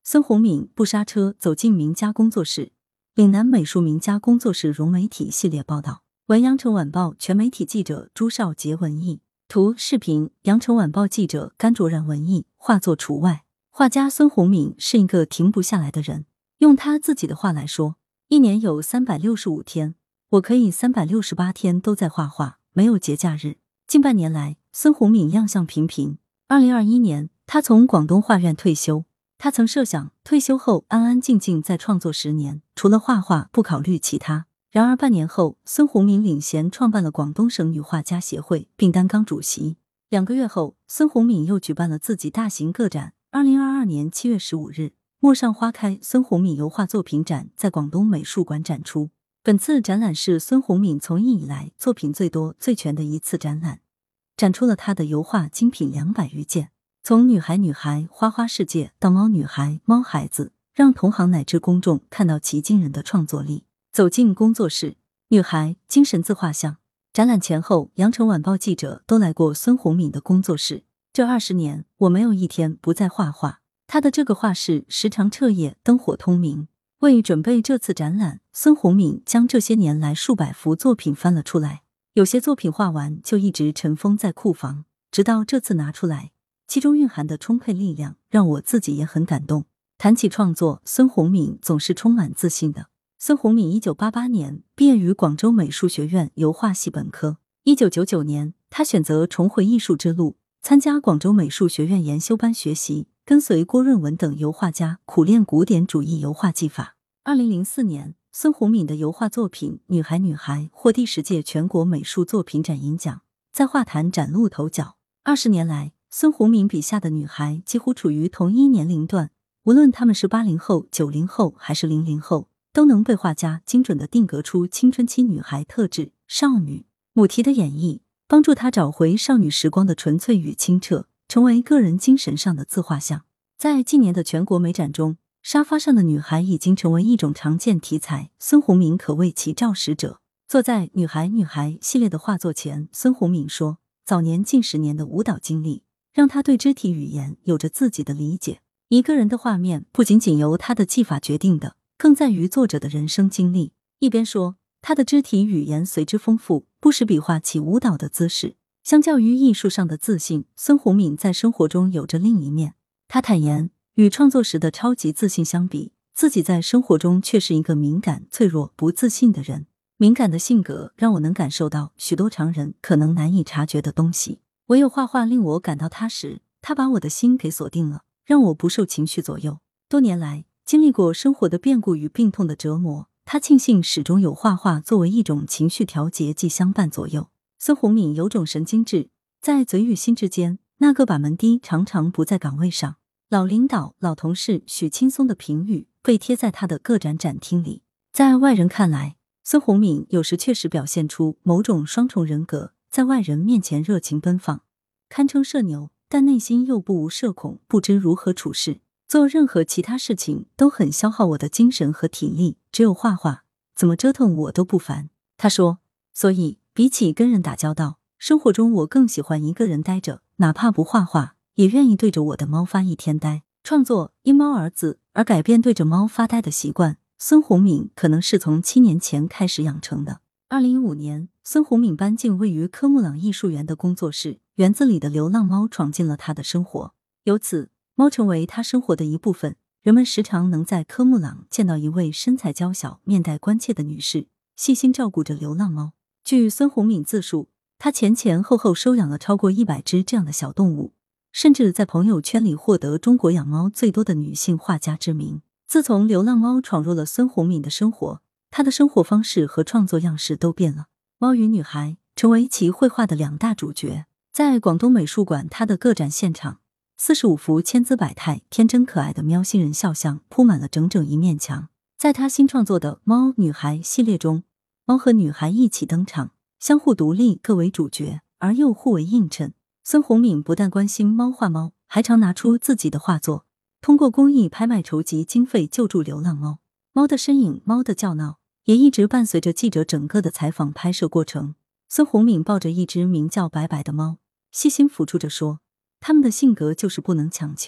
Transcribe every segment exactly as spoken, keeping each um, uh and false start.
孙宏敏不刹车走进名家工作室，岭南美术名家工作室融媒体系列报道。文阳城晚报全媒体记者朱少杰文艺，图视频阳城晚报记者甘卓然文艺，画作除外。画家孙宏敏是一个停不下来的人，用他自己的话来说，一年有三百六十五天，我可以三百六十八天都在画画，没有节假日。近半年来，孙宏敏亮相频频。二零二一年，他从广东画院退休。他曾设想退休后安安静静再创作十年，除了画画不考虑其他。然而半年后，孙宏敏领衔创办了广东省女画家协会，并担纲主席。两个月后，孙宏敏又举办了自己大型个展。二零二二年七月十五日，陌上花开孙宏敏油画作品展在广东美术馆展出。本次展览是孙宏敏从艺以来作品最多最全的一次展览，展出了他的油画精品两百余件。从女孩女孩花花世界到猫女孩猫孩子，让同行乃至公众看到其惊人的创作力。走进工作室，女孩精神自画像。展览前后，羊城晚报记者都来过孙宏敏的工作室。这二十年，我没有一天不在画画。他的这个画室时常彻夜灯火通明。为准备这次展览，孙宏敏将这些年来数百幅作品翻了出来，有些作品画完就一直尘封在库房，直到这次拿出来。其中蕴含的充沛力量让我自己也很感动。谈起创作，孙宏敏总是充满自信的。孙宏敏一九八八年毕业于广州美术学院油画系本科。一九九九年，他选择重回艺术之路，参加广州美术学院研修班学习，跟随郭润文等油画家苦练古典主义油画技法。二零零四年，孙宏敏的油画作品《女孩女孩》获第十届全国美术作品展银奖，在画坛崭露头角。二十年来，孙宏敏笔下的女孩几乎处于同一年龄段，无论她们是八零后、九零后还是零零后，都能被画家精准地定格出青春期女孩特质、少女母题的演绎，帮助她找回少女时光的纯粹与清澈，成为个人精神上的自画像。在近年的全国美展中，沙发上的女孩已经成为一种常见题材，孙宏敏可谓其肇始者。坐在女孩女孩系列的画作前，孙宏敏说，早年近十年的舞蹈经历让他对肢体语言有着自己的理解。一个人的画面不仅仅由他的技法决定的，更在于作者的人生经历。一边说，他的肢体语言随之丰富，不时比划起舞蹈的姿势。相较于艺术上的自信，孙宏敏在生活中有着另一面。他坦言，与创作时的超级自信相比，自己在生活中却是一个敏感、脆弱、不自信的人。敏感的性格让我能感受到许多常人可能难以察觉的东西。唯有画画令我感到踏实，他把我的心给锁定了，让我不受情绪左右。多年来，经历过生活的变故与病痛的折磨，他庆幸始终有画画作为一种情绪调节剂相伴左右。孙宏敏有种神经质，在嘴与心之间，那个把门低常常不在岗位上。老领导、老同事许青松的评语被贴在他的个展展厅里。在外人看来，孙宏敏有时确实表现出某种双重人格，在外人面前热情奔放，堪称社牛，但内心又不无社恐，不知如何处事。做任何其他事情都很消耗我的精神和体力，只有画画，怎么折腾我都不烦。他说，所以比起跟人打交道，生活中我更喜欢一个人待着，哪怕不画画，也愿意对着我的猫发一天呆。创作因猫而子而改变对着猫发呆的习惯，孙宏敏可能是从七年前开始养成的。二零一五年，孙宏敏搬进位于科木朗艺术园的工作室，园子里的流浪猫闯进了他的生活，由此猫成为他生活的一部分。人们时常能在科木朗见到一位身材娇小、面带关切的女士，细心照顾着流浪猫。据孙宏敏自述，他前前后后收养了超过一百只这样的小动物，甚至在朋友圈里获得中国养猫最多的女性画家之名。自从流浪猫闯入了孙宏敏的生活，他的生活方式和创作样式都变了。猫与女孩成为其绘画的两大主角。在广东美术馆他的个展现场，四十五幅千姿百态、天真可爱的喵星人肖像铺满了整整一面墙。在他新创作的猫女孩系列中，猫和女孩一起登场，相互独立，各为主角，而又互为映衬。孙宏敏不但关心猫画猫，还常拿出自己的画作，通过公益拍卖筹集经费救助流浪猫。猫的身影、猫的叫闹也一直伴随着记者整个的采访拍摄过程。孙宏敏抱着一只名叫白白的猫，细心抚触着说，它们的性格就是不能强求，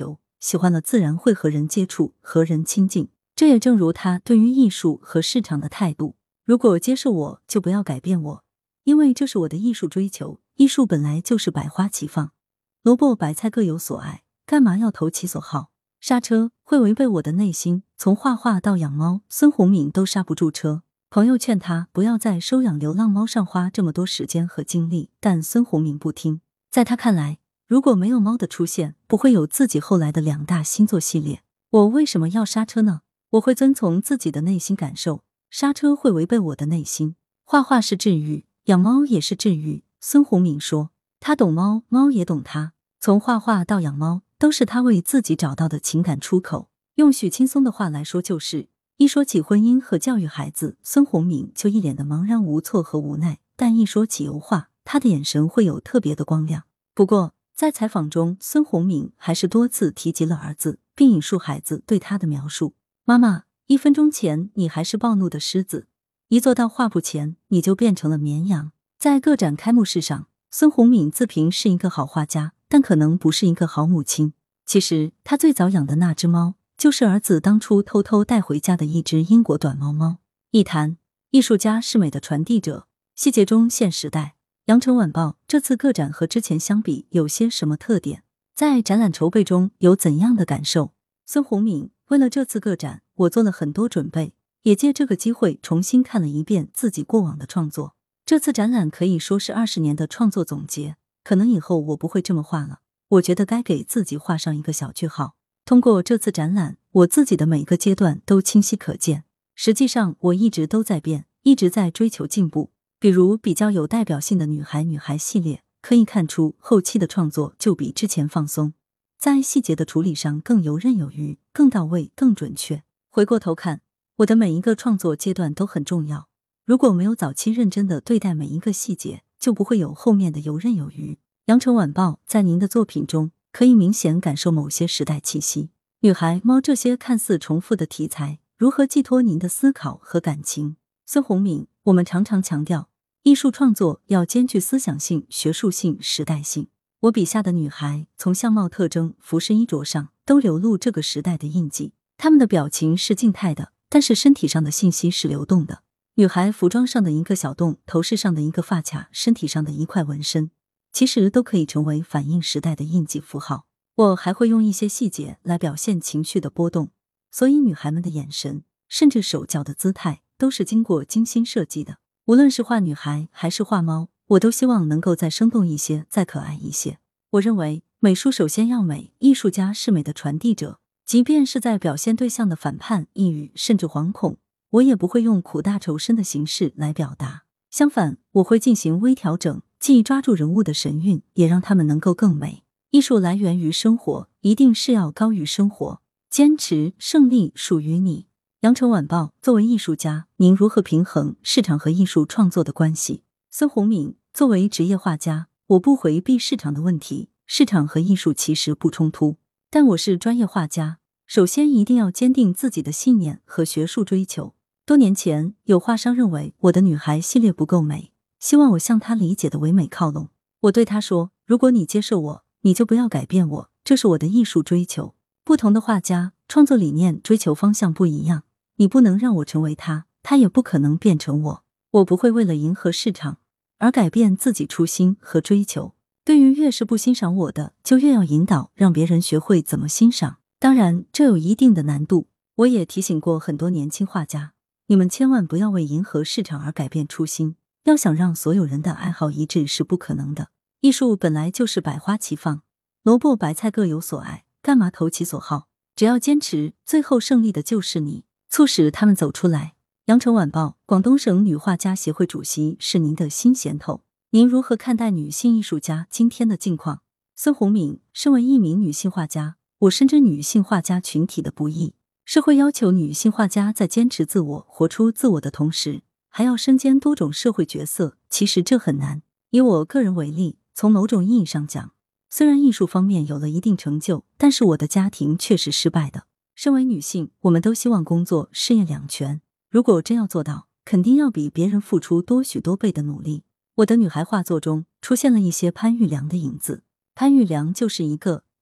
喜欢了自然会和人接触，和人亲近。这也正如他对于艺术和市场的态度。如果接受我，就不要改变我，因为这是我的艺术追求，艺术本来就是百花齐放，萝卜白菜各有所爱，干嘛要投其所好？刹车会违背我的内心，从画画到养猫，孙宏敏都刹不住车。朋友劝他不要在收养流浪猫上花这么多时间和精力，但孙宏敏不听。在他看来，如果没有猫的出现，不会有自己后来的两大星座系列。我为什么要刹车呢？我会遵从自己的内心感受，刹车会违背我的内心。画画是治愈，养猫也是治愈。孙宏敏说，他懂猫，猫也懂他。从画画到养猫，都是他为自己找到的情感出口。用许青松的话来说，就是一说起婚姻和教育孩子，孙宏敏就一脸的茫然无措和无奈，但一说起油画，他的眼神会有特别的光亮。不过在采访中，孙宏敏还是多次提及了儿子，并引述孩子对他的描述。妈妈，一分钟前你还是暴怒的狮子，一坐到画布前你就变成了绵羊。在个展开幕式上，孙宏敏自评是一个好画家，但可能不是一个好母亲。其实他最早养的那只猫，就是儿子当初偷偷带回家的一只英国短毛猫。一谈艺术家是美的传递者，细节中现时代。羊城晚报这次个展和之前相比有些什么特点？在展览筹备中有怎样的感受？孙宏敏，为了这次个展，我做了很多准备，也借这个机会重新看了一遍自己过往的创作。这次展览可以说是二十年的创作总结，可能以后我不会这么画了，我觉得该给自己画上一个小句号。通过这次展览，我自己的每个阶段都清晰可见。实际上我一直都在变，一直在追求进步。比如比较有代表性的女孩女孩系列，可以看出后期的创作就比之前放松，在细节的处理上更游刃有余，更到位，更准确。回过头看，我的每一个创作阶段都很重要，如果没有早期认真的对待每一个细节，就不会有后面的游刃有余。羊城晚报在您的作品中可以明显感受某些时代气息。女孩、猫这些看似重复的题材，如何寄托您的思考和感情？孙宏敏，我们常常强调艺术创作要兼具思想性、学术性、时代性。我笔下的女孩，从相貌特征、服饰衣着上，都流露这个时代的印记。她们的表情是静态的，但是身体上的信息是流动的。女孩服装上的一个小洞，头饰上的一个发卡，身体上的一块纹身，其实都可以成为反映时代的印记符号。我还会用一些细节来表现情绪的波动，所以女孩们的眼神，甚至手脚的姿态，都是经过精心设计的。无论是画女孩还是画猫，我都希望能够再生动一些，再可爱一些。我认为美术首先要美，艺术家是美的传递者，即便是在表现对象的反叛、抑郁甚至惶恐，我也不会用苦大仇深的形式来表达。相反，我会进行微调整，既抓住人物的神韵，也让他们能够更美。艺术来源于生活，一定是要高于生活。坚持，胜利属于你。羊城晚报，作为艺术家，您如何平衡市场和艺术创作的关系？孙宏敏，作为职业画家，我不回避市场的问题，市场和艺术其实不冲突。但我是专业画家，首先一定要坚定自己的信念和学术追求。多年前，有画商认为我的女孩系列不够美，希望我向他理解的唯美靠拢。我对他说，如果你接受我，你就不要改变我，这是我的艺术追求。不同的画家，创作理念、追求方向不一样，你不能让我成为他，他也不可能变成我。我不会为了迎合市场而改变自己初心和追求。对于越是不欣赏我的，就越要引导，让别人学会怎么欣赏。当然，这有一定的难度。我也提醒过很多年轻画家，你们千万不要为迎合市场而改变初心。要想让所有人的爱好一致是不可能的。艺术本来就是百花齐放，萝卜白菜各有所爱，干嘛投其所好？只要坚持，最后胜利的就是你。促使他们走出来。羊城晚报，广东省女画家协会主席是您的新衔头，您如何看待女性艺术家今天的境况？孙宏敏，身为一名女性画家，我深知女性画家群体的不易。社会要求女性画家在坚持自我、活出自我的同时，还要身兼多种社会角色，其实这很难。以我个人为例，从某种意义上讲，虽然艺术方面有了一定成就，但是我的家庭却是失败的。身为女性，我们都希望工作、事业两全，如果真要做到，肯定要比别人付出多许多倍的努力。我的女孩画作中出现了一些潘玉良的影子，潘玉良就是一个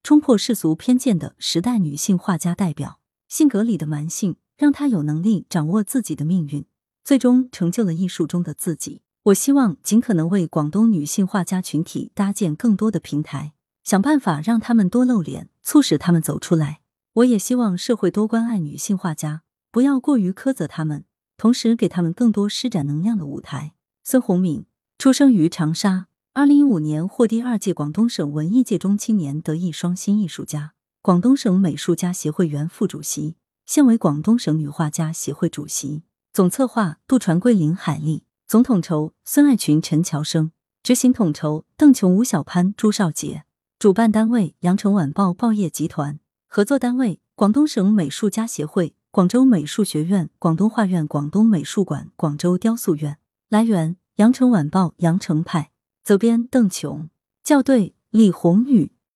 冲破世俗偏见的时代女性画家代表。性格里的蛮性让她有能力掌握自己的命运，最终成就了艺术中的自己。我希望尽可能为广东女性画家群体搭建更多的平台，想办法让她们多露脸，促使她们走出来。我也希望社会多关爱女性画家，不要过于苛责她们，同时给她们更多施展能量的舞台。孙宏敏出生于长沙，二零一五年获第二届广东省文艺界中青年德艺双馨艺术家，广东省美术家协会原副主席，现为广东省女画家协会主席。总策划杜传桂、林海丽，总统筹孙爱群、陈乔生，执行统筹邓琼、吴小潘、朱少杰，主办单位羊城晚报报业集团，合作单位广东省美术家协会、广州美术学院、广东画院、广东美术馆、广州雕塑院。来源羊城晚报羊城派，责编邓琼，校对李红宇。